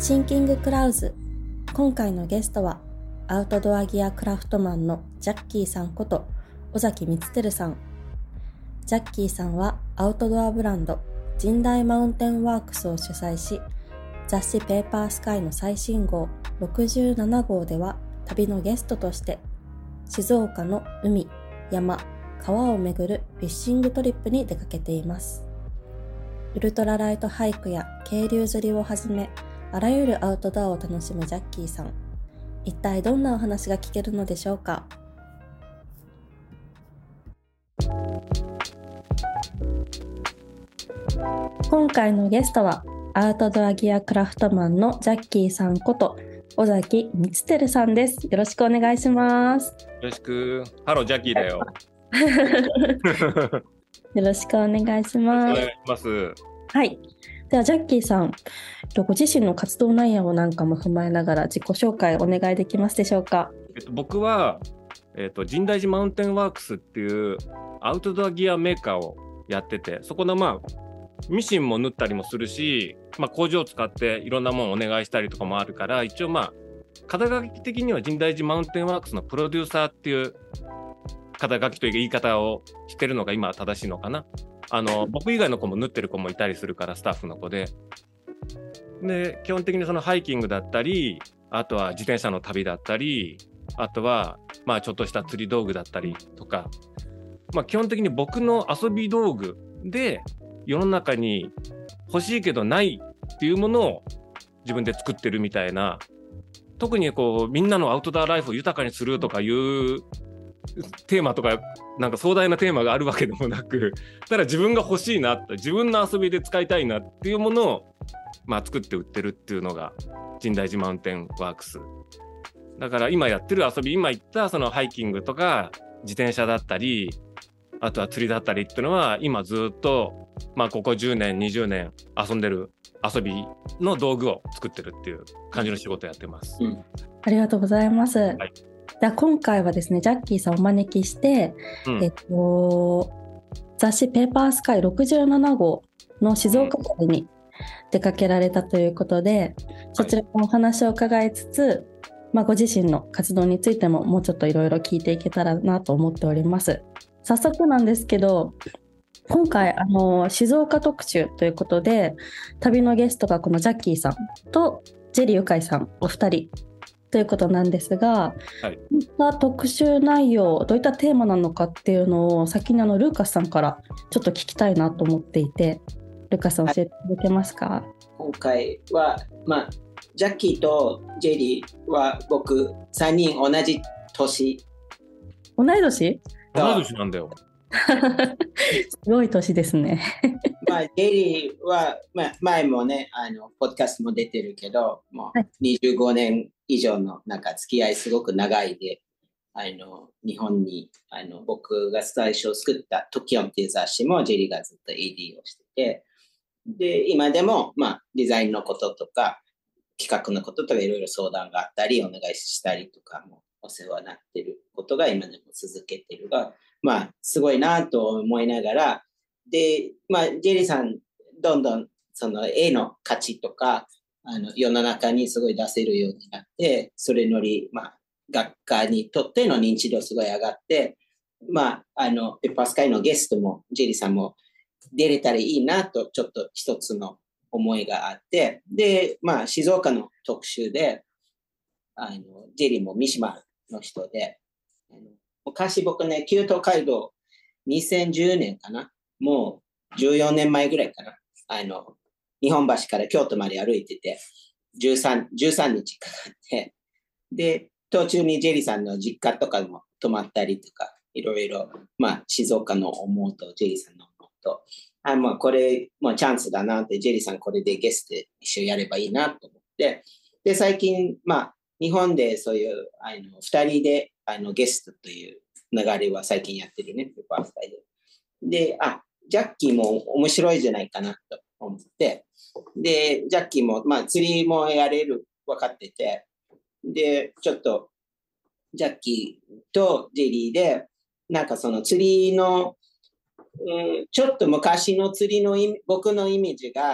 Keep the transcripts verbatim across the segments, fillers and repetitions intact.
シンキングクラウズ。今回のゲストはアウトドアギアクラフトマンのジャッキーさんこと尾崎光輝さん。ジャッキーさんはアウトドアブランド神代マウンテンワークスを主催し、雑誌ペーパースカイの最新号ろくじゅうななごうでは旅のゲストとして静岡の海、山、川を巡るフィッシングトリップに出かけています。ウルトラライトハイクや渓流釣りをはじめ、あらゆるアウトドアを楽しむジャッキーさん。一体どんなお話が聞けるのでしょうか。今回のゲストはアウトドアギアクラフトマンのジャッキーさんこと尾崎光輝さんです。よろしくお願いします。 よろしく。ハロージャッキーだよ。 よろしくお願いします。 お願いします。 はい。ではジャッキーさん、ご自身の活動内容なんかも踏まえながら自己紹介お願いできますでしょうか。 えっと、僕は、えっと、神代寺マウンテンワークスっていうアウトドアギアメーカーをやってて、そこのまあミシンも縫ったりもするし、まあ、工場を使っていろんなものをお願いしたりとかもあるから、一応まあ肩書き的には神代寺マウンテンワークスのプロデューサーっていう肩書きという言い方をしてるのが今は正しいのかな。あの僕以外の子も縫ってる子もいたりするから、スタッフの子で。で、基本的にそのハイキングだったり、あとは自転車の旅だったり、あとはまあちょっとした釣り道具だったりとか、まあ基本的に僕の遊び道具で世の中に欲しいけどないっていうものを自分で作ってるみたいな、特にこうみんなのアウトドアライフを豊かにするとかいうテーマとかなんか壮大なテーマがあるわけでもなく、ただ自分が欲しいなって、自分の遊びで使いたいなっていうものをまあ作って売ってるっていうのが神代寺マウンテンワークスだから、今やってる遊び、今言ったそのハイキングとか自転車だったり、あとは釣りだったりっていうのは今ずっとまあここじゅうねんにじゅうねん遊んでる遊びの道具を作ってるっていう感じの仕事をやってます、うん、 ありがとうございます、はい。では今回はですね、ジャッキーさんをお招きして、うん、えっと、雑誌ペーパースカイろくじゅうななごうの静岡県に出かけられたということで、うん、そちらのお話を伺いつつ、はい、まあ、ご自身の活動についてももうちょっといろいろ聞いていけたらなと思っております。早速なんですけど、今回あの静岡特集ということで、旅のゲストがこのジャッキーさんとジェリーゆかいさんお二人ということなんですが、はい、どういった特集内容、どういったテーマなのかっていうのを先にあのルーカスさんからちょっと聞きたいなと思っていて、ルーカスさん教えていただけますか。はい、 今回は、まあ、ジャッキーとジェリーは僕さんにん同じ年。 同い年？ 同い年なんだよ。 すごい年ですね。 まあ、ジェリーは、まあ、前もね、あのポッドキャストも出てるけど、もうにじゅうごねん以上のなんか付き合いすごく長いで、あの日本にあの僕が最初作ったトキオンっていう雑誌もジェリーがずっと エーディー をしてて、で今でも、まあ、デザインのこととか企画のこととかいろいろ相談があったりお願いしたりとかもお世話になってることが今でも続けてるが、まあすごいなと思いながら、で、まあ、ジェリーさんどんどんその絵の価値とかあの世の中にすごい出せるようになって、それのり、まあ、学科にとっての認知度すごい上がって、まあ、あのペッパースカイのゲストもジェリーさんも出れたらいいなとちょっと一つの思いがあって、で、まあ、静岡の特集であのジェリーも三島の人で、あの昔僕ね、旧東海道にせんじゅうねんかな、もうじゅうよねんまえぐらいかな、あの日本橋から京都まで歩いててじゅうさん、じゅうさんにちかかって、で途中にジェリーさんの実家とかも泊まったりとか、いろいろ、まあ、静岡の思うとジェリーさんの思うと、あ、まあ、これもうチャンスだなって、ジェリーさんこれでゲストで一緒やればいいなと思って、で最近、まあ、日本でそういうあのふたりであのゲストという流れは最近やってるね、ペーパースカイで。で、あ、ジャッキーも面白いじゃないかなと思って、で、ジャッキーも、まあ、釣りもやれる、分かってて、で、ちょっと、ジャッキーとジェリーで、なんかその釣りの、うん、ちょっと昔の釣りの僕のイメージが、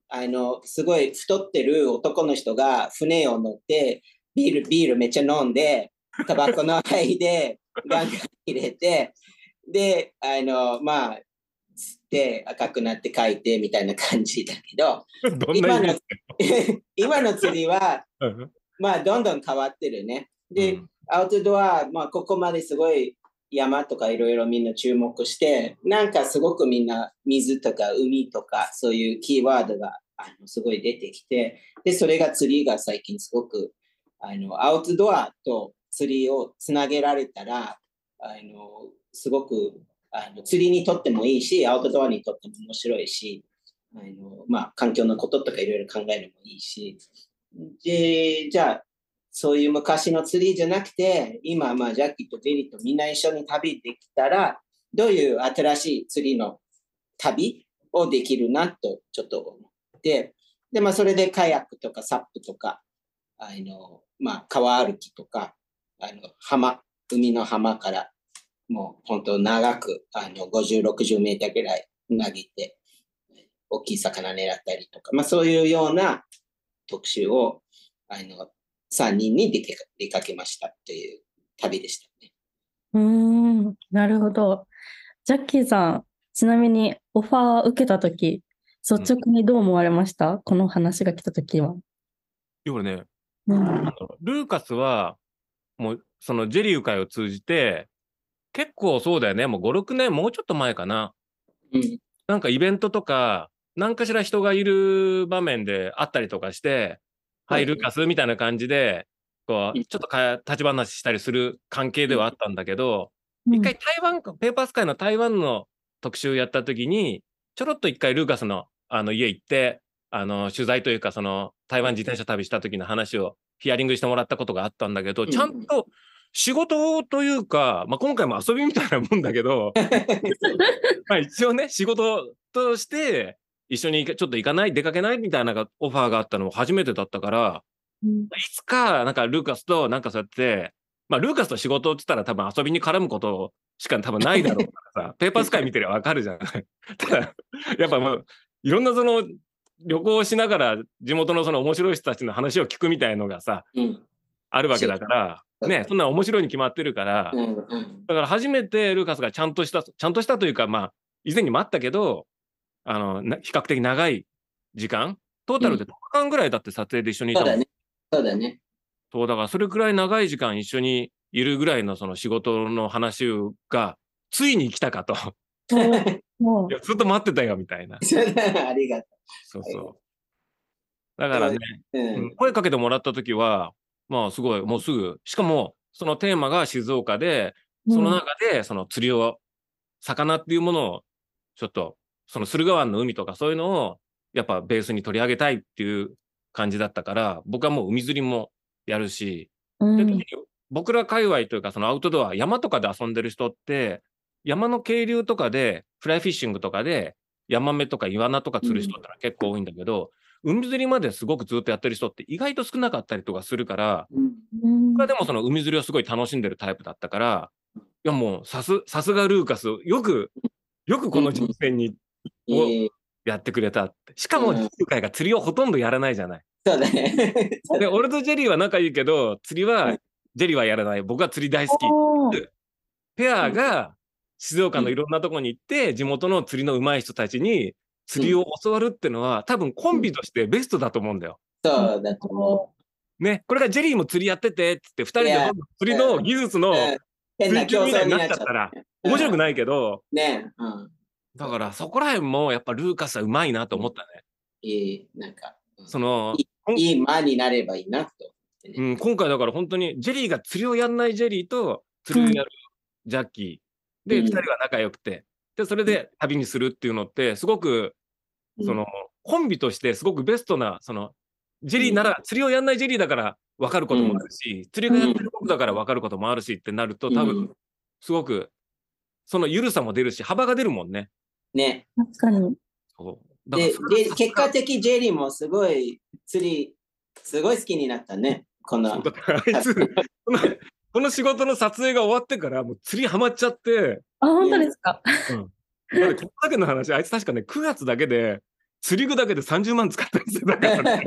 あの、すごい太ってる男の人が船を乗って、ビール、ビールめっちゃ飲んで、タバコの灰いで、ガンガン入れて、で、あの、まあ、つって赤くなって書いてみたいな感じだけど、 どんな今のイメージ今の釣りは、 うんまあ、どんどん変わってるね。で、 うんアウトドア、まあ、ここまですごい山とかいろいろみんな注目して、なんかすごくみんな水とか海とかそういうキーワードがあのすごい出てきて、で、それが釣りが最近すごくあのアウトドアと釣りをつなげられたら、あのすごくあの釣りにとってもいいし、アウトドアにとっても面白いし、あのまあ、環境のこととかいろいろ考えるのもいいし、で、じゃあ、そういう昔の釣りじゃなくて、今、まあ、ジャッキーとジェリーとみんな一緒に旅できたら、どういう新しい釣りの旅をできるなと、ちょっと思って、で、まあ、それでカヤックとかサップとか、あの、まあ、川歩きとか、あの、浜、海の浜から、もう本当長く、あの、ごじゅう、ろくじゅうメーターぐらい投げて、大きい魚狙ったりとか、まあ、そういうような特集を、あの、さんにんに出か出かけましたという旅でしたね。 うーん、なるほど。ジャッキーさん、ちなみにオファー受けたとき、率直にどう思われました、うん、この話が来たときは。 要はね、 うん、 ルーカスは、もう、そのジェリー会を通じて、結構そうだよね、もうご、ろくねん、もうちょっと前かな。うん、なんかイベントとか、何かしら人がいる場面であったりとかして、はい、ルーカスみたいな感じで、こう、ちょっとか立ち話したりする関係ではあったんだけど、うん、一回台湾、ペーパースカイの台湾の特集やった時に、ちょろっと一回ルーカスのあの家行って、あの、取材というか、その、台湾自転車旅した時の話をヒアリングしてもらったことがあったんだけど、ちゃんと仕事というか、まあ、今回も遊びみたいなもんだけど、まあ一応ね、仕事として、一緒にちょっと行かない出かけないみたいなオファーがあったのも初めてだったから、うん、いつかなんかルーカスとなんかそうやってまあルーカスと仕事って言ったら多分遊びに絡むことしか多分ないだろうからさペーパースカイ見てればわかるじゃないただやっぱもういろんなその旅行しながら地元のその面白い人たちの話を聞くみたいのがさ、うん、あるわけだからねそんな面白いに決まってるから、うんうん、だから初めてルーカスがちゃんとしたちゃんとしたというかまあ以前にもあったけどあの比較的長い時間トータルでとおかかんぐらいだって撮影で一緒にいたもん、 うん、そうだねそうだねそうだからそれくらい長い時間一緒にいるぐらいのその仕事の話がついに来たかといやずっと待ってたよみたいなありがとうそうそうだからね、うん、声かけてもらった時はまあすごいもうすぐしかもそのテーマが静岡でその中でその釣りを魚っていうものをちょっとその駿河湾の海とかそういうのをやっぱベースに取り上げたいっていう感じだったから僕はもう海釣りもやるし、うん、で僕ら界隈というかそのアウトドア山とかで遊んでる人って山の渓流とかでフライフィッシングとかでヤマメとかイワナとか釣る人ってのは結構多いんだけど、うん、海釣りまですごくずっとやってる人って意外と少なかったりとかするから、うん、僕はでもその海釣りをすごい楽しんでるタイプだったからいやもうさすさすがルーカスよくよくこの人生に、うん、をやってくれたって。しかも、ジェリー会が釣りをほとんどやらないじゃない。 そうだね。 で、俺とジェリーは仲いいけど、釣りは、ジェリーはやらない。僕は釣り大好き。ペアが静岡のいろんなとこに行って、地元の釣りの上手い人たちに釣りを教わるってのは、多分コンビとしてベストだと思うんだよ。 そうだと思う。ね、これがジェリーも釣りやってて、ってふたりで釣りの技術の追求みたいになっちゃったら、面白くないけど、 ね、うん、 だからそこら辺もやっぱルーカスはうまいなと思ったね。 いい、なんか、 そのいい、いい間になればいいなと、 ね。うん、今回だから本当にジェリーが釣りをやんないジェリーと釣りをやるジャッキーで、うん、ふたりは仲良くて、で、それで旅にするっていうのって、すごく、その、コンビとしてすごくベストな、その、ジェリーなら、釣りをやんないジェリーだから分かることもあるし、うん、釣りがやってる僕だから分かることもあるしってなると、多分、すごく、その緩さも出るし、幅が出るもんね。 ね。 確かに。 そうでで、結果的ジェリーもすごい釣り、すごい好きになったね。この。 だからあいつこの、この仕事の撮影が終わってから、もう釣りハマっちゃって。 あ、本当ですか。 うん。だってここだけの話、あいつ確かね、くがつだけで釣り具だけでさんじゅうまん使ったりするだからね。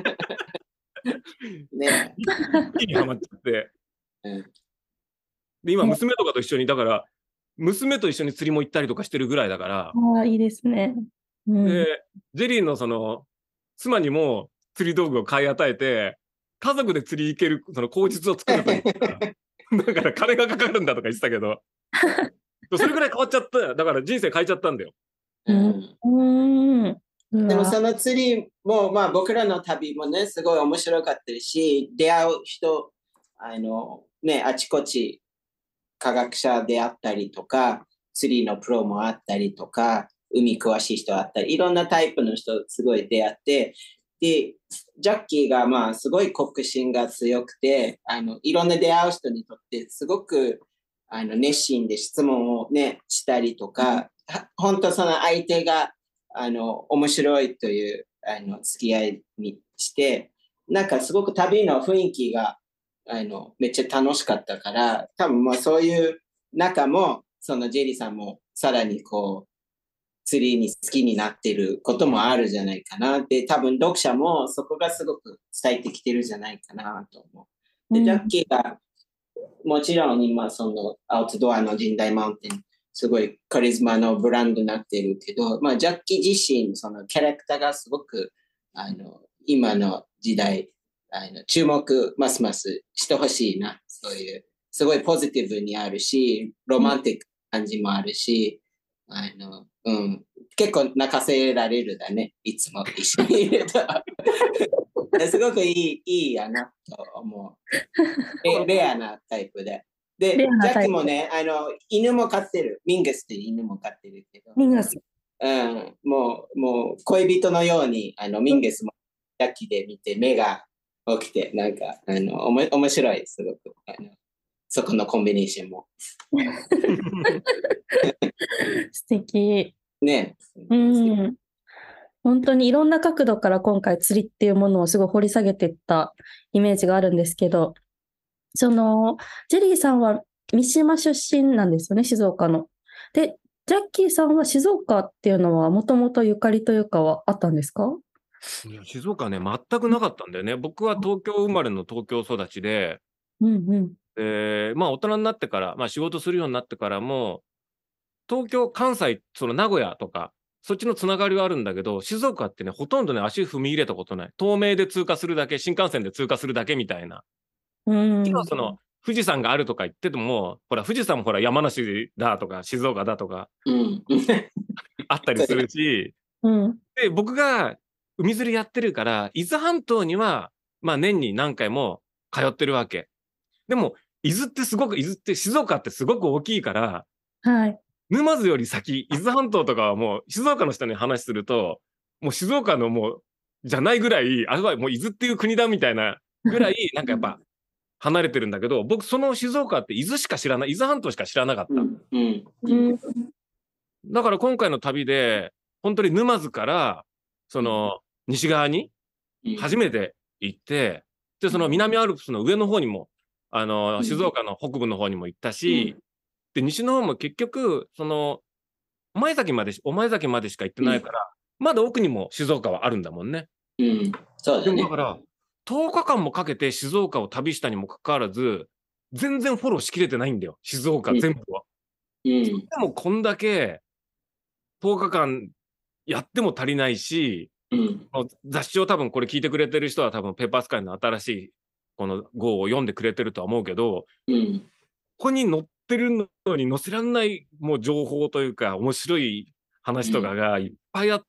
ね。 一気にハマっちゃって。 うん、 で、今、娘とかと一緒に、だから、娘と一緒に釣りも行ったりとかしてるぐらいだから。 ああ、いいですね。うん、 で、ジェリーのその、妻にも釣り道具を買い与えて、家族で釣り行ける、その口実を作るというか、だから金がかかるんだとか言ってたけど、それぐらい変わっちゃったよ。だから人生変えちゃったんだよ。 うん。 うんでもその釣りも、まあ僕らの旅もね、すごい面白かったし、出会う人、あの、ね、あちこち科学者であったりとか、釣りのプロもあったりとか、海詳しい人あったり、いろんなタイプの人すごい出会って、で、ジャッキーがまあすごい好奇心が強くて、あの、いろんな出会う人にとってすごくあの熱心で質問をね、したりとか、本当その相手があの面白いというあの付き合いにして、なんかすごく旅の雰囲気があのめっちゃ楽しかったから、多分まあそういう中も、そのジェリーさんもさらにこう、釣りに好きになってることもあるじゃないかな。で、多分読者もそこがすごく伝えてきてるじゃないかなと思う。で、ジャッキーがもちろん今そのアウトドアの神代マウンテン、すごいカリスマのブランドになってるけど、まあ、ジャッキー自身、そのキャラクターがすごくあの今の時代、あの注目ますますしてほしいな。そういう、すごいポジティブにあるし、ロマンティックな感じもあるし、あの、うん、結構泣かせられるだね、いつも一緒にいると。すごくいい、いいやなと思う。レレアなタイプで。で、ジャッキーもね、あの、犬も飼ってる。ミングスっていう犬も飼ってるけど。 ミングス。 うん、もう、もう恋人のように、あの、ミングスもジャッキーで見て、目が起きて、なんか、あの、おも面白い、すごく。あのそこのコンビネーションも。 素敵。 ね。 うん。本当にいろんな角度から今回釣りっていうものをすごい掘り下げていったイメージがあるんですけど、その、ジェリーさんは三島出身なんですよね、静岡の。で、ジャッキーさんは静岡っていうのはもともとゆかりというかはあったんですか？ いや、静岡ね、全くなかったんだよね。僕は東京生まれの東京育ちで、 うんうん。 で、まあ大人になってから、まあ仕事するようになってからも、東京、関西、その名古屋とか、そっちのつながりはあるんだけど、静岡ってね、ほとんどね、足踏み入れたことない。東名で通過するだけ、新幹線で通過するだけみたいな。 うん。 もちろんその、富士山があるとか言ってても、ほら、富士山もほら、山梨だとか、静岡だとか、 うん、 あったりするし、 うん。 で、僕が海釣りやってるから、伊豆半島には、まあ年に何回も通ってるわけ。でも、伊豆ってすごく、伊豆って静岡ってすごく大きいから、 はい。 沼津より先、伊豆半島とかはもう静岡の人に話すると、もう静岡のもう、じゃないぐらい、あれはもう伊豆っていう国だみたいなぐらい、なんかやっぱ離れてるんだけど、僕その静岡って伊豆しか知らない、伊豆半島しか知らなかった。 うんうんうん。 だから今回の旅で、本当に沼津から、その、西側に初めて行って、で、その南アルプスの上の方にも、あの、静岡の北部の方にも行ったし、で、西の方も結局、その、御前崎までし、御前崎までしか行ってないから、まだ奥にも静岡はあるんだもんね。 うん、そうだね。 でもだから、とおかかんもかけて静岡を旅したにもかかわらず、全然フォローしきれてないんだよ、静岡全部は。 うん、 でもこんだけ、とおかかんやっても足りないし、 うん、 雑誌を多分これ聞いてくれてる人は多分ペーパースカイの新しいこの号を読んでくれてるとは思うけど、 うん、 ここに載ってるのに載せらんないもう情報というか面白い話とかがいっぱいあって、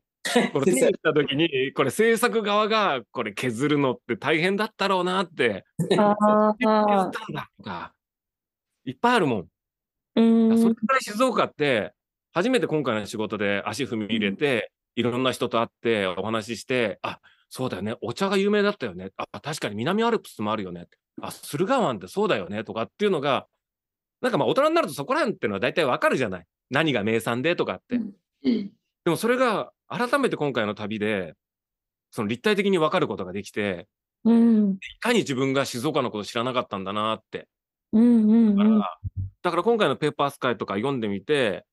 これ手にした時にこれ制作側がこれ削るのって大変だったろうなって、 あ削あ。 ったんだとかいっぱいあるもん。 うん。 それくらい静岡って初めて今回の仕事で足踏み入れて、いろんな人と会ってお話しして、あ、そうだよね、お茶が有名だったよね。あ、確かに南アルプスもあるよね。あ、駿河湾ってそうだよねとかっていうのが、なんかまあ大人になるとそこら辺っていうのは大体わかるじゃない。何が名産でとかって。 うん、 でもそれが改めて今回の旅で、その立体的にわかることができて、 うん。 いかに自分が静岡のこと知らなかったんだなって。 うんうんうん。 だから、だから今回のペーパースカイとか読んでみて、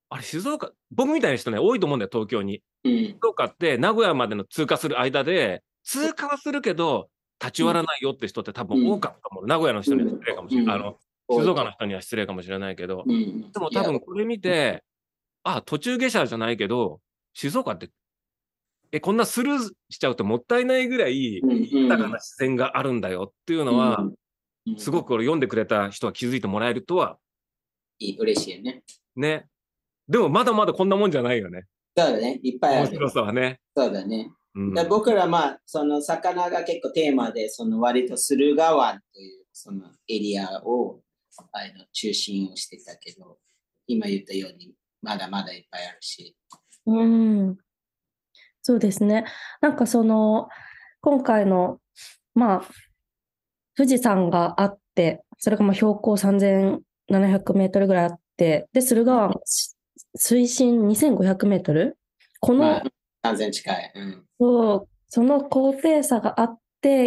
あれ静岡、僕みたいな人ね多いと思うんだよ東京に。 うん、 静岡って名古屋までの通過する間で通過はするけど立ち寄らないよって人って多分多かったと思う、うん、名古屋の人には失礼かもしれない、うん、あの静岡の人には失礼かもしれないけど、うん、でも多分これ見て、あ、途中下車じゃないけど静岡ってえこんなスルーしちゃうともったいないぐらい豊かな自然があるんだよっていうのは、うんうん、すごく読んでくれた人は気づいてもらえるとはいい嬉しいよね。 ね。でもまだまだこんなもんじゃないよね。 そうだね。いっぱいある。 面白さはね。 そうだね。うん、だ僕らまあその魚が結構テーマでその割と駿河湾というそのエリアをあの中心をしてたけど、今言ったようにまだまだいっぱいあるし。 うん。そうですね。なんかその今回のまあ富士山があって、それがまあ標高さんぜんななひゃくメートルぐらいあって、で駿河湾水深にせんごひゃくメートル、この、まあ、 さんぜん近い、うん、 そうその高低差があって、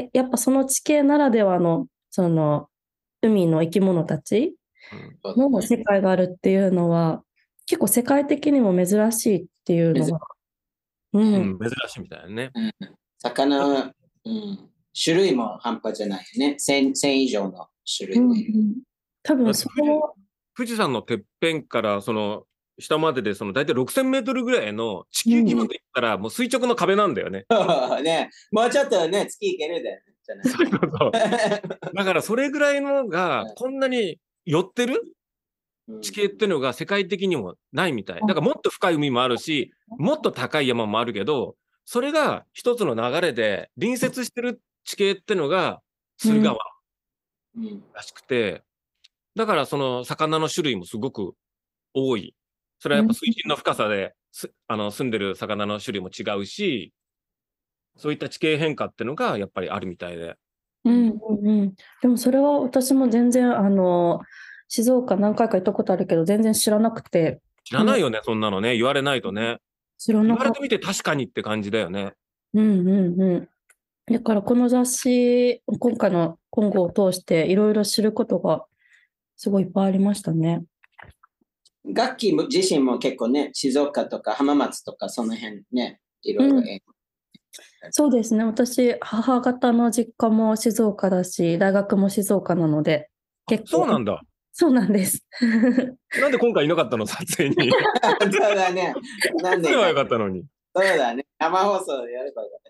やっぱその地形ならではのその海の生き物たちの世界があるっていうのは、結構世界的にも珍しいっていうのが、 うんうん、珍しいみたいなね。 うん、魚、うん、種類も半端じゃないよね。1000, 1000以上の種類もいる。うんうん、 多分その富士山のてっぺんからその下まででその大体ろくせんメートルぐらいの地球規模で言ったらもう垂直の壁なんだよね。 うん、ね、もうちょっとね月行けるだよね。 そういうことだからそれぐらいのがこんなに寄ってる地形っていうのが世界的にもないみたい。だからもっと深い海もあるし、もっと高い山もあるけど、それが一つの流れで隣接してる地形っていうのが駿河湾らしくて、だからその魚の種類もすごく多い。それはやっぱ水深の深さで、あの住んでる魚の種類も違うし、そういった地形変化っていうのがやっぱりあるみたいで。 うんうんうん、でもそれは私も全然あの静岡何回か行ったことあるけど全然知らなくて。 知らないよね、うん、そんなのね。言われないとね。知らなかった。言われてみて確かにって感じだよね。 うんうんうん。だからこの雑誌、今回の今後を通していろいろ知ることがすごいいっぱいありましたね。 楽器自身も結構ね、静岡とか浜松とかその辺ね、いろいろ、うん、 そうですね。私、母方の実家も静岡だし、大学も静岡なので、 結構。そうなんだ。 そうなんです。 なんで今回いなかったの撮影に。 そうだね。 なんで。すればよかったのに。 そうだね。生放送でやればよかった。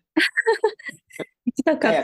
行きたかった。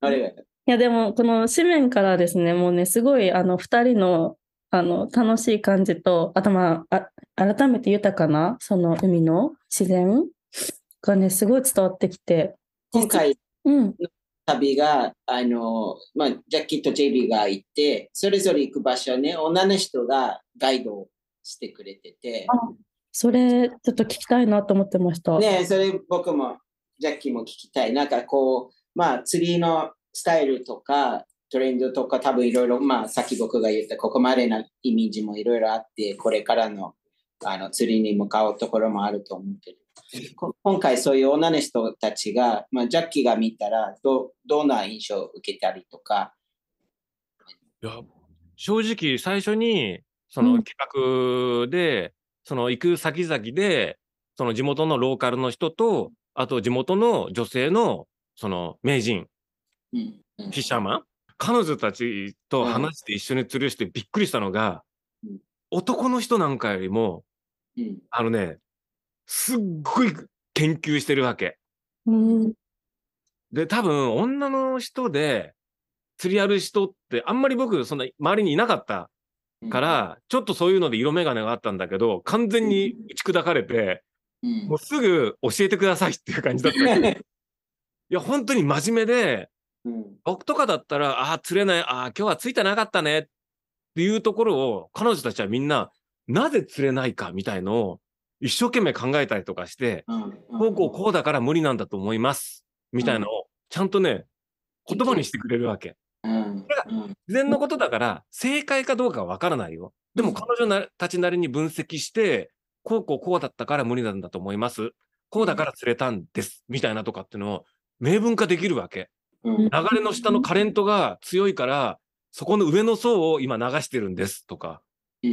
いや、でも、この紙面からですね、もうね、すごい、あの、二人の、あの、楽しい感じと、あと、まあ、あ改めて豊かな、その海の自然がね、すごい伝わってきて。 今回の旅が、うん、あの、まあ、ジャッキーとジェイビーが行って、それぞれ行く場所ね、女の人がガイドをしてくれてて。 あ、それ、ちょっと聞きたいなと思ってました。 ね、それ僕も、ジャッキーも聞きたい。なんかこう、まあ、釣りのスタイルとか、トレンドとか多分いろいろ、まあ、さっき僕が言ったここまでのイメージもいろいろあって、これからの、あの釣りに向かうところもあると思うけど、今回そういう女の人たちが、まあ、ジャッキーが見たらど、どんな印象を受けたりとか。 いや、正直最初に、その企画で、うん、その行く先々で、その地元のローカルの人と、あと地元の女性の、その名人、うんうん、フィッシャーマン、彼女たちと話して一緒に釣りしてびっくりしたのが、うん、男の人なんかよりも、うん、あのね、すっごい研究してるわけ。うん、で、多分女の人で釣りやる人ってあんまり僕そんな周りにいなかったから、うん、ちょっとそういうので色眼鏡があったんだけど、完全に打ち砕かれて、うん、もうすぐ教えてくださいっていう感じだったけど、いや本当に真面目で、うん、僕とかだったら、ああ釣れない、ああ今日はついてなかったねっていうところを彼女たちはみんななぜ釣れないかみたいのを一生懸命考えたりとかして、うんうん、こうこうこうだから無理なんだと思いますみたいなのをちゃんとね、言葉にしてくれるわけ。うんうん、自然のことだから正解かどうかはわからないよ。でも彼女たちなりに分析して、こうこうこうだったから無理なんだと思います。こうだから釣れたんですみたいなとかっていうのを明文化できるわけ。うん、流れの下のカレントが強いからそこの上の層を今流してるんですとか、うん、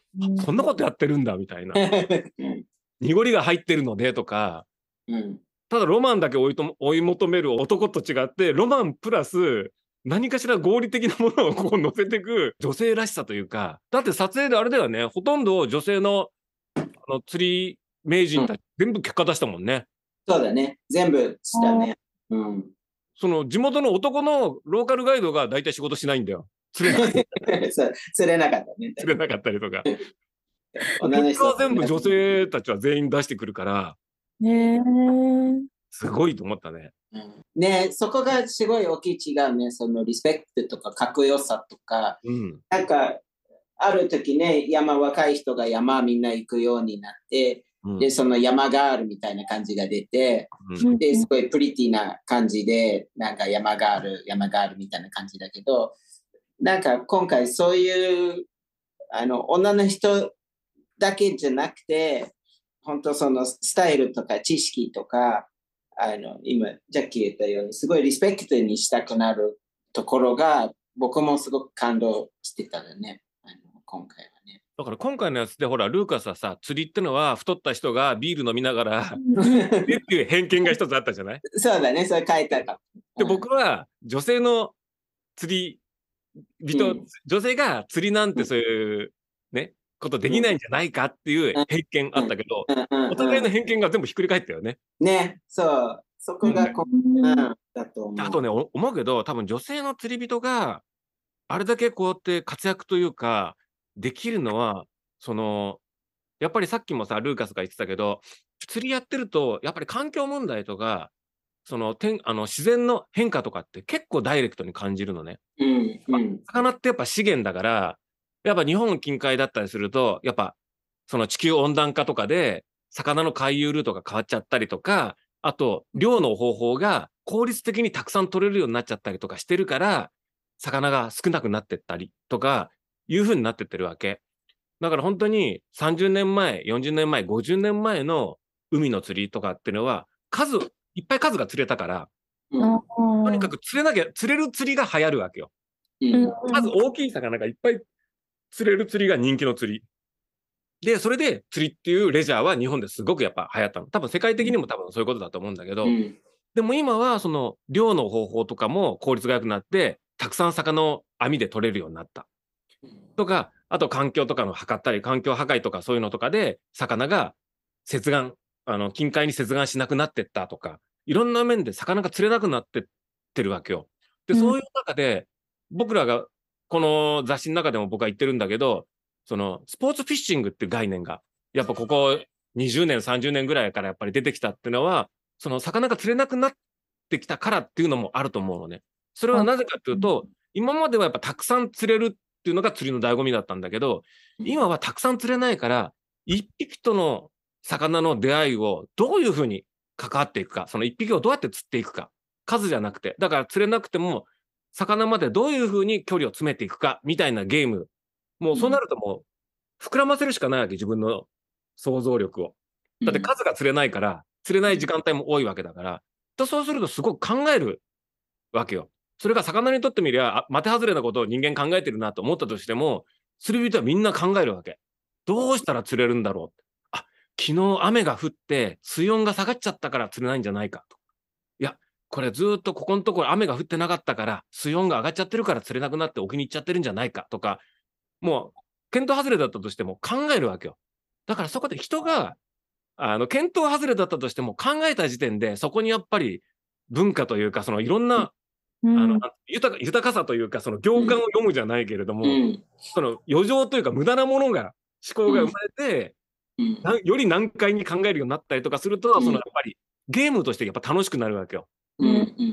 うんそんなことやってるんだみたいな。濁りが入ってるのでとか、 うん、 ただロマンだけ追いと追い求める男と違って、ロマンプラス何かしら合理的なものをこう乗せていく女性らしさというか、だって撮影であれだよね、ほとんど女性のあの釣り名人たち、うん、全部結果出したもんね。 そうだね、全部したね。うん、 その地元の男のローカルガイドが大体仕事しないんだよ。釣れなかった釣れなかったね。 釣れなかったりとか。結果は全部女性たちは全員出してくるから、 ねすごいと思ったね。 うん、ね、そこがすごい大きい違うね。そのリスペクトとかかっこよさとか、 うん、 なんかある時ね、山若い人が山みんな行くようになって、うん、でその山ガールみたいな感じが出て、うん、ですごいプリティな感じでなんか山ガール山ガールみたいな感じだけど、なんか今回そういうあの女の人だけじゃなくて、本当そのスタイルとか知識とか、あの今ジャッキー言ったようにすごいリスペクトにしたくなるところが僕もすごく感動してたよね、あの今回はね。 だから今回のやつでほらルーカスはさ、釣りってのは太った人がビール飲みながらっていう偏見が一つあったじゃない。 そうだね、それ書いてあった。 で僕は女性の釣り人、うん、女性が釣りなんてそういうねことできないんじゃないかっていう偏見あったけど、お互いの偏見が全部ひっくり返ったよね。 ね、そう、そこがこ、うんうん、だと思う。 あとね、思うけど、多分女性の釣り人があれだけこうやって活躍というかできるのは、そのやっぱりさっきもさルーカスが言ってたけど、釣りやってるとやっぱり環境問題とかその天あの自然の変化とかって結構ダイレクトに感じるのね。 うんうん、 魚ってやっぱ資源だから、やっぱ日本近海だったりすると、やっぱその地球温暖化とかで魚の回遊ルートが変わっちゃったりとか、あと漁の方法が効率的にたくさん取れるようになっちゃったりとかしてるから、魚が少なくなってったりとかいう風になってってるわけ。だから本当にさんじゅうねんまえ、よんじゅうねんまえ、ごじゅうねんまえの海の釣りとかっていうのは数いっぱい数が釣れたから、うん、とにかく釣れなきゃ釣れる釣りが流行るわけよ。うん、まず大きい魚がいっぱい釣れる釣りが人気の釣りで、それで釣りっていうレジャーは日本ですごくやっぱ流行ったの。多分世界的にも多分そういうことだと思うんだけど、うん、でも今はその漁の方法とかも効率が良くなってたくさん魚を網で取れるようになったとか、あと環境とかの測ったり環境破壊とかそういうのとかで魚が接岸あの近海に接岸しなくなってったとか、いろんな面で魚が釣れなくなってってるわけよ。でそういう中で、うん、僕らがこの雑誌の中でも僕は言ってるんだけど、そのスポーツフィッシングっていう概念がやっぱここにじゅうねんさんじゅうねんぐらいからやっぱり出てきたっていうのは、その魚が釣れなくなってきたからっていうのもあると思うのね。それはなぜかっていうと、今まではやっぱたくさん釣れるっていうのが釣りの醍醐味だったんだけど、今はたくさん釣れないから一匹との魚の出会いをどういうふうに関わっていくか、その一匹をどうやって釣っていくか、数じゃなくて、だから釣れなくても魚までどういうふうに距離を詰めていくかみたいなゲーム、もうそうなるともう膨らませるしかないわけ、自分の想像力を。だって数が釣れないから釣れない時間帯も多いわけだから、とそうするとすごく考えるわけよ。それが魚にとってみりゃ的外れなことを人間考えてるなと思ったとしても、釣り人はみんな考えるわけ。どうしたら釣れるんだろう。あ、昨日雨が降って水温が下がっちゃったから釣れないんじゃないかと。いや、これずっとここのところ雨が降ってなかったから水温が上がっちゃってるから釣れなくなって沖に行っちゃってるんじゃないかとか、もう見当外れだったとしても考えるわけよ。だからそこで人があの見当外れだったとしても考えた時点でそこにやっぱり文化というか、そのいろんな、うん、あの豊か、豊かさというか、その行間を読むじゃないけれども、うん、その余剰というか無駄なものが思考が生まれて、うん、より難解に考えるようになったりとかすると、うん、そのやっぱりゲームとしてやっぱ楽しくなるわけよ。うん、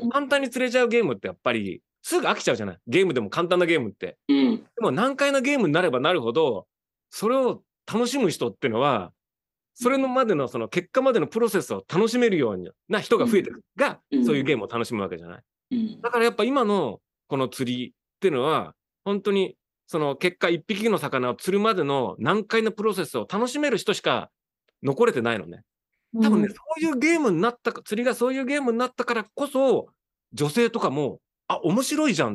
簡単に釣れちゃうゲームってやっぱりすぐ飽きちゃうじゃない。ゲームでも簡単なゲームって。うん、でも難解なゲームになればなるほど、それを楽しむ人っていうのは、それのまでのその結果までのプロセスを楽しめるような人が増えてるが、うん、そういうゲームを楽しむわけじゃない。うん、だからやっぱ今のこの釣りっていうのは、本当にその結果一匹の魚を釣るまでの難解なプロセスを楽しめる人しか残れてないのね。多分ね、うん、そういうゲームになったか、釣りがそういうゲームになったからこそ、女性とかも、あ、面白いじゃんって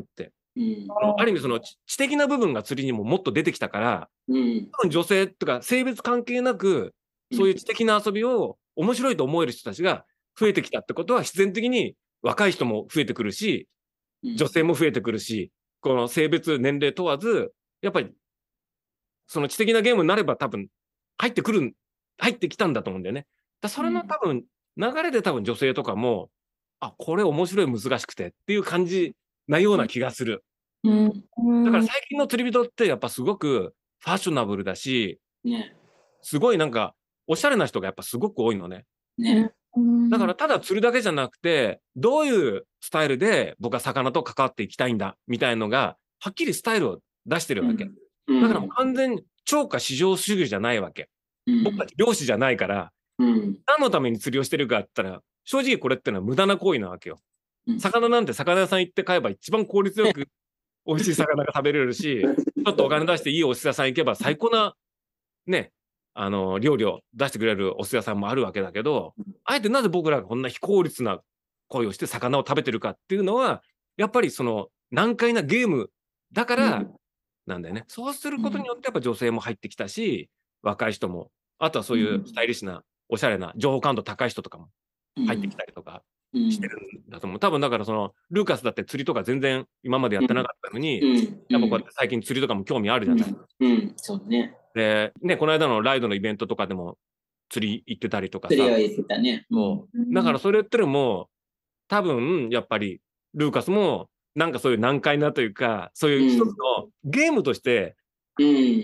うん、 あのある意味その知的な部分が釣りにももっと出てきたから、 うん、 多分女性とか性別関係なく、そういう知的な遊びを面白いと思える人たちが増えてきたってことは、必然的に若い人も増えてくるし、女性も増えてくるし、この性別、年齢問わず、やっぱり、その知的なゲームになれば多分、入ってくる、入ってきたんだと思うんだよね。だそれの多分、流れで多分女性とかも、あ、これ面白い難しくてっていう感じなような気がする。 うん、 だから最近の釣り人ってやっぱすごくファッショナブルだし、 ね、 すごいなんか、おしゃれな人がやっぱすごく多いのね。 ね、 だからただ釣るだけじゃなくて、どういうスタイルで僕は魚と関わっていきたいんだみたいのが、はっきりスタイルを出してるわけ。 うん、 だからもう完全に超過市場主義じゃないわけ。僕たち漁師じゃないから、 うん、 何のために釣りをしてるかって言ったら、正直これってのは無駄な行為なわけよ。 うん魚なんて魚屋さん行って買えば一番効率よく美味しい魚が食べれるし、ちょっとお金出していいお寿司屋さん行けば最高な、ね、あの、料理を出してくれるお寿司屋さんもあるわけだけど、あえてなぜ僕らがこんな非効率な行為をして魚を食べてるかっていうのは、やっぱりその難解なゲームだからなんだよね。そうすることによってやっぱ女性も入ってきたし、若い人も、あとはそういうスタイリッシュな、おしゃれな、情報感度高い人とかも入ってきたりとかしてるんだと思う。多分だからその、ルーカスだって釣りとか全然今までやってなかったのに、やっぱこうやって最近釣りとかも興味あるじゃない。 うん、そうね。 で、ね、この間のライドのイベントとかでも釣り行ってたりとかさ。 釣りは言ってたね。 そう。だからそれ言ってるも、多分、やっぱり、ルーカスも、なんかそういう難解なというか、そういう一つのゲームとして、 うん、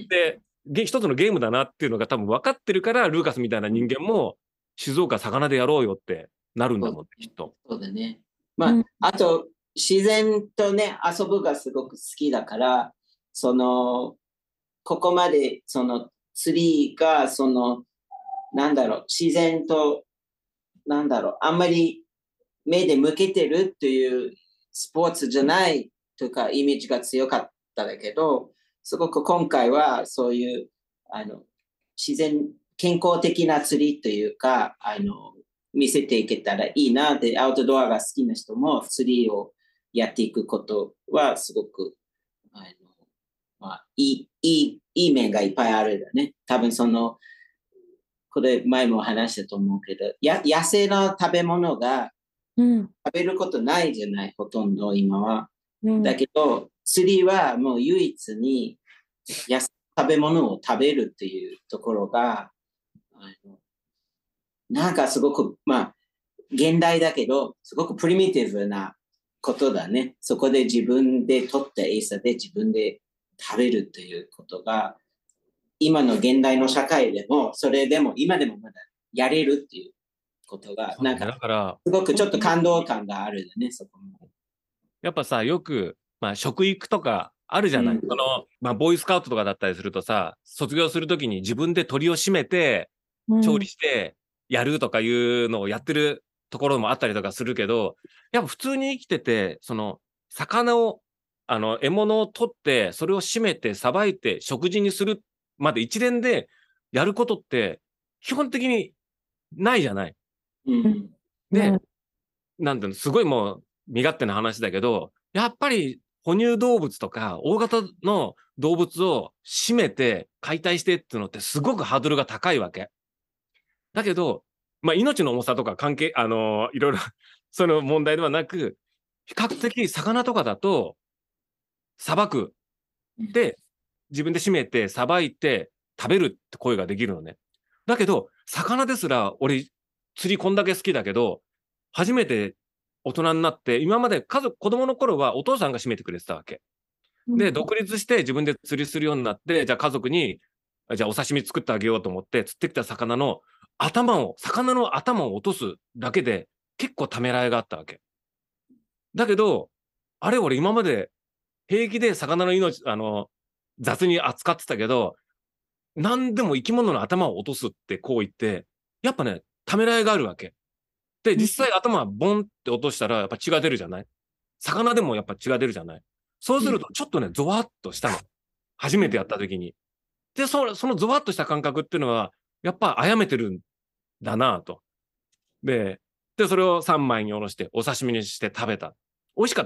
で、一つのゲームだなっていうのが多分分かってるから、ルーカスみたいな人間も、静岡魚でやろうよってなるんだもん、きっと。 そうだね。まあ、うん、あと、自然とね、遊ぶがすごく好きだから、その、ここまで、その、釣りが、その、なんだろう、自然と、なんだろう、あんまり目で向けてるっていうスポーツじゃないとか、イメージが強かったんだけど、すごく今回はそういう、あの、自然、健康的な釣りというか、あの、見せていけたらいいなって、アウトドアが好きな人も釣りをやっていくことはすごく、あの、まあ、いい、いい、いい面がいっぱいあるんだね。多分その、これ前も話したと思うけど、や野生の食べ物が食べることないじゃない、ほとんど今は。うん、だけど、釣りはもう唯一に野生食べ物を食べるっていうところが、あのなんかすごく、まあ、現代だけど、すごくプリミティブなことだね。そこで自分で取った餌で自分で食べるということが、今の現代の社会でも、それでも今でもまだやれるっていうことが、なんか、すごくちょっと感動感があるよね、そこも。 やっぱさ、よく、まあ、食育とかあるじゃない。うん、その、まあ、ボーイスカウトとかだったりするとさ、卒業するときに自分で鳥を締めて、調理してやるとかいうのをやってるところもあったりとかするけど、やっぱ普通に生きてて、その、魚を、あの、獲物を取って、それを締めて、さばいて、食事にするまで一連でやることって、基本的にないじゃない。 うん、 で、うん、なんていうの、すごいもう、身勝手な話だけど、やっぱり哺乳動物とか大型の動物を締めて解体してっていうのってすごくハードルが高いわけ。だけど、まあ、命の重さとか関係、あのー、いろいろその問題ではなく、比較的魚とかだと、さばく。で、自分で締めて、さばいて、食べるって声ができるのね。だけど、魚ですら、俺、釣りこんだけ好きだけど、初めて大人になって、今まで家族、子供の頃はお父さんが締めてくれてたわけ。で、独立して自分で釣りするようになって、じゃあ家族に、じゃあお刺身作ってあげようと思って、釣ってきた魚の頭を、魚の頭を落とすだけで結構ためらいがあったわけ。だけど、あれ俺今まで平気で魚の命、あの、雑に扱ってたけど、何でも生き物の頭を落とすって行為って、やっぱね、ためらいがあるわけ。で、実際頭ボンって落としたら、やっぱ血が出るじゃない？魚でもやっぱ血が出るじゃない？そうすると、ちょっとね、ゾワッとしたの。初めてやった時に。で、そ, そのゾワッとした感覚っていうのは、やっぱ殺めてるんだなぁと。で、で、それをさんまいにおろして、お刺身にして食べた。美味しかったよ。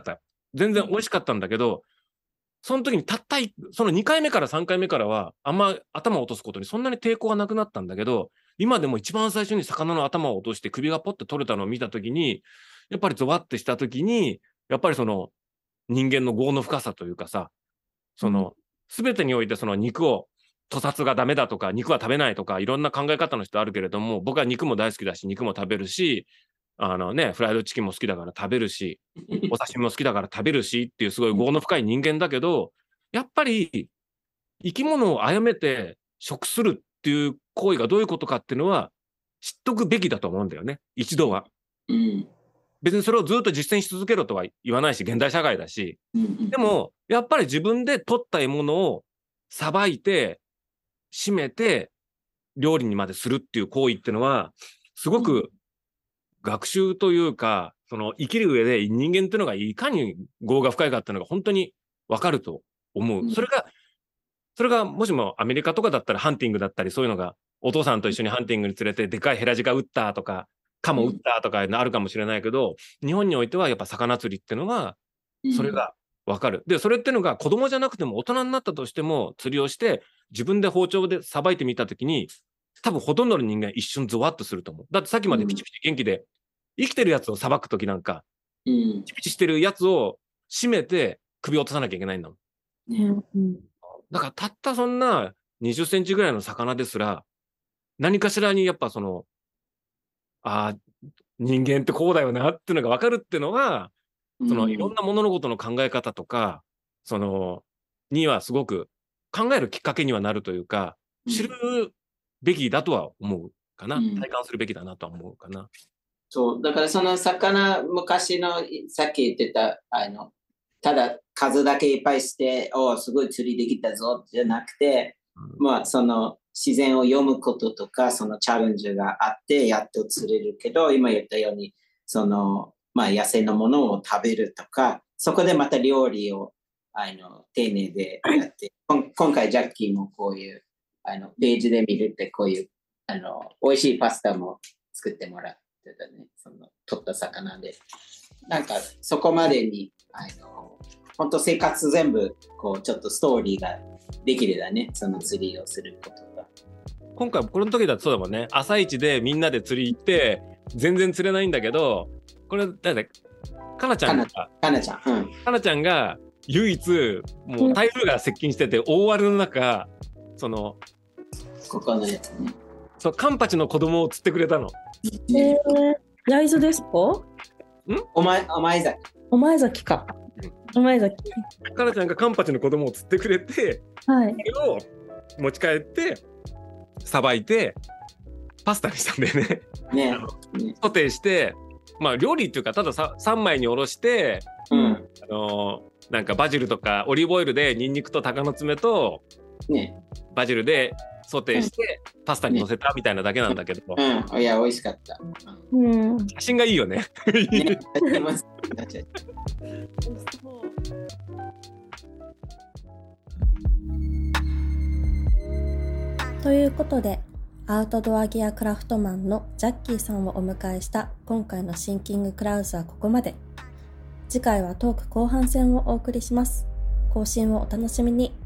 全然美味しかったんだけど、その時にたったいそのにかいめからさんかいめからはあんま頭を落とすことにそんなに抵抗がなくなったんだけど、今でも一番最初に魚の頭を落として首がポッて取れたのを見た時に、やっぱりゾワッてした時に、やっぱりその人間の業の深さというかさ、その全てにおいてその肉を屠殺がダメだとか肉は食べないとかいろんな考え方の人あるけれども、僕は肉も大好きだし肉も食べるし、あのね、フライドチキンも好きだから食べるし、お刺身も好きだから食べるしっていうすごい業の深い人間だけど、やっぱり生き物を殺めて食するっていう行為がどういうことかっていうのは知っとくべきだと思うんだよね、一度は。 うん、 別にそれをずっと実践し続けろとは言わないし、現代社会だし、でもやっぱり自分で取った獲物をさばいて締めて料理にまでするっていう行為っていうのはすごく学習というか、その生きる上で人間っていうのがいかに業が深いかっていうのが本当に分かると思う。それがそれがもしもアメリカとかだったらハンティングだったり、そういうのがお父さんと一緒にハンティングに連れてでかいヘラジカ撃ったとかカモ撃ったとかあるかもしれないけど、日本においてはやっぱ魚釣りっていうのはそれが分かる。でそれっていうのが子供じゃなくても大人になったとしても釣りをして自分で包丁でさばいてみたときに、多分ほとんどの人間一瞬ゾワッとすると思う。だってさっきまでピチピチ元気で生きてるやつをさばくときなんか、 うん、 ピチピチしてるやつを締めて首を落とさなきゃいけないんだもん。 うん、 だからたったそんなにじゅっセンチぐらいの魚ですら何かしらにやっぱそのあ人間ってこうだよなっていうのが分かるっていうのは、そのいろんな物事の考え方とかそのにはすごく考えるきっかけにはなるというか、知るべきだとは思うかな、体感するべきだなとは思うかな。 そうだからその魚、昔のさっき言ってたあのただ数だけいっぱいしておすごい釣りできたぞじゃなくて、うん、まあその自然を読むこととかそのチャレンジがあってやっと釣れるけど、今言ったようにその、まあ、野生のものを食べるとか、そこでまた料理をあの丁寧でやって今回ジャッキーもこういうあのページで見るってこういうあの美味しいパスタも作ってもらってたね、その取った魚で。なんかそこまでにあの本当生活全部こうちょっとストーリーができるだね、その釣りをすることが。 今回この時だとそうだもんね、朝一でみんなで釣り行って全然釣れないんだけど、これだってかなちゃんがかなちゃん、うん、 かなちゃんが唯一もう台風が接近してて大荒れの中、そのここのやつね、 そうカンパチの子供を釣ってくれたの。 えー、焼津ですか？ ん？お前お前崎。 お前崎か。お前崎。 かなちゃんがカンパチの子供を釣ってくれて、 はい、 それを持ち帰ってさばいてパスタにしたんだよね。 ね。 ソテーして、まあ料理っていうかただささんまいにおろして、 うん、 あのー、なんかバジルとかオリーブオイルでニンニクと鷹の爪と、ね、バジルでソテーしてパスタに乗せたみたいなだけなんだけど、 ね、うん、いや美味しかった、 うん、 写真がいいよね。ねということでアウトドアギアクラフトマンのジャッキーさんをお迎えした今回のシンキングクラウズはここまで。次回はトーク後半戦をお送りします。更新をお楽しみに。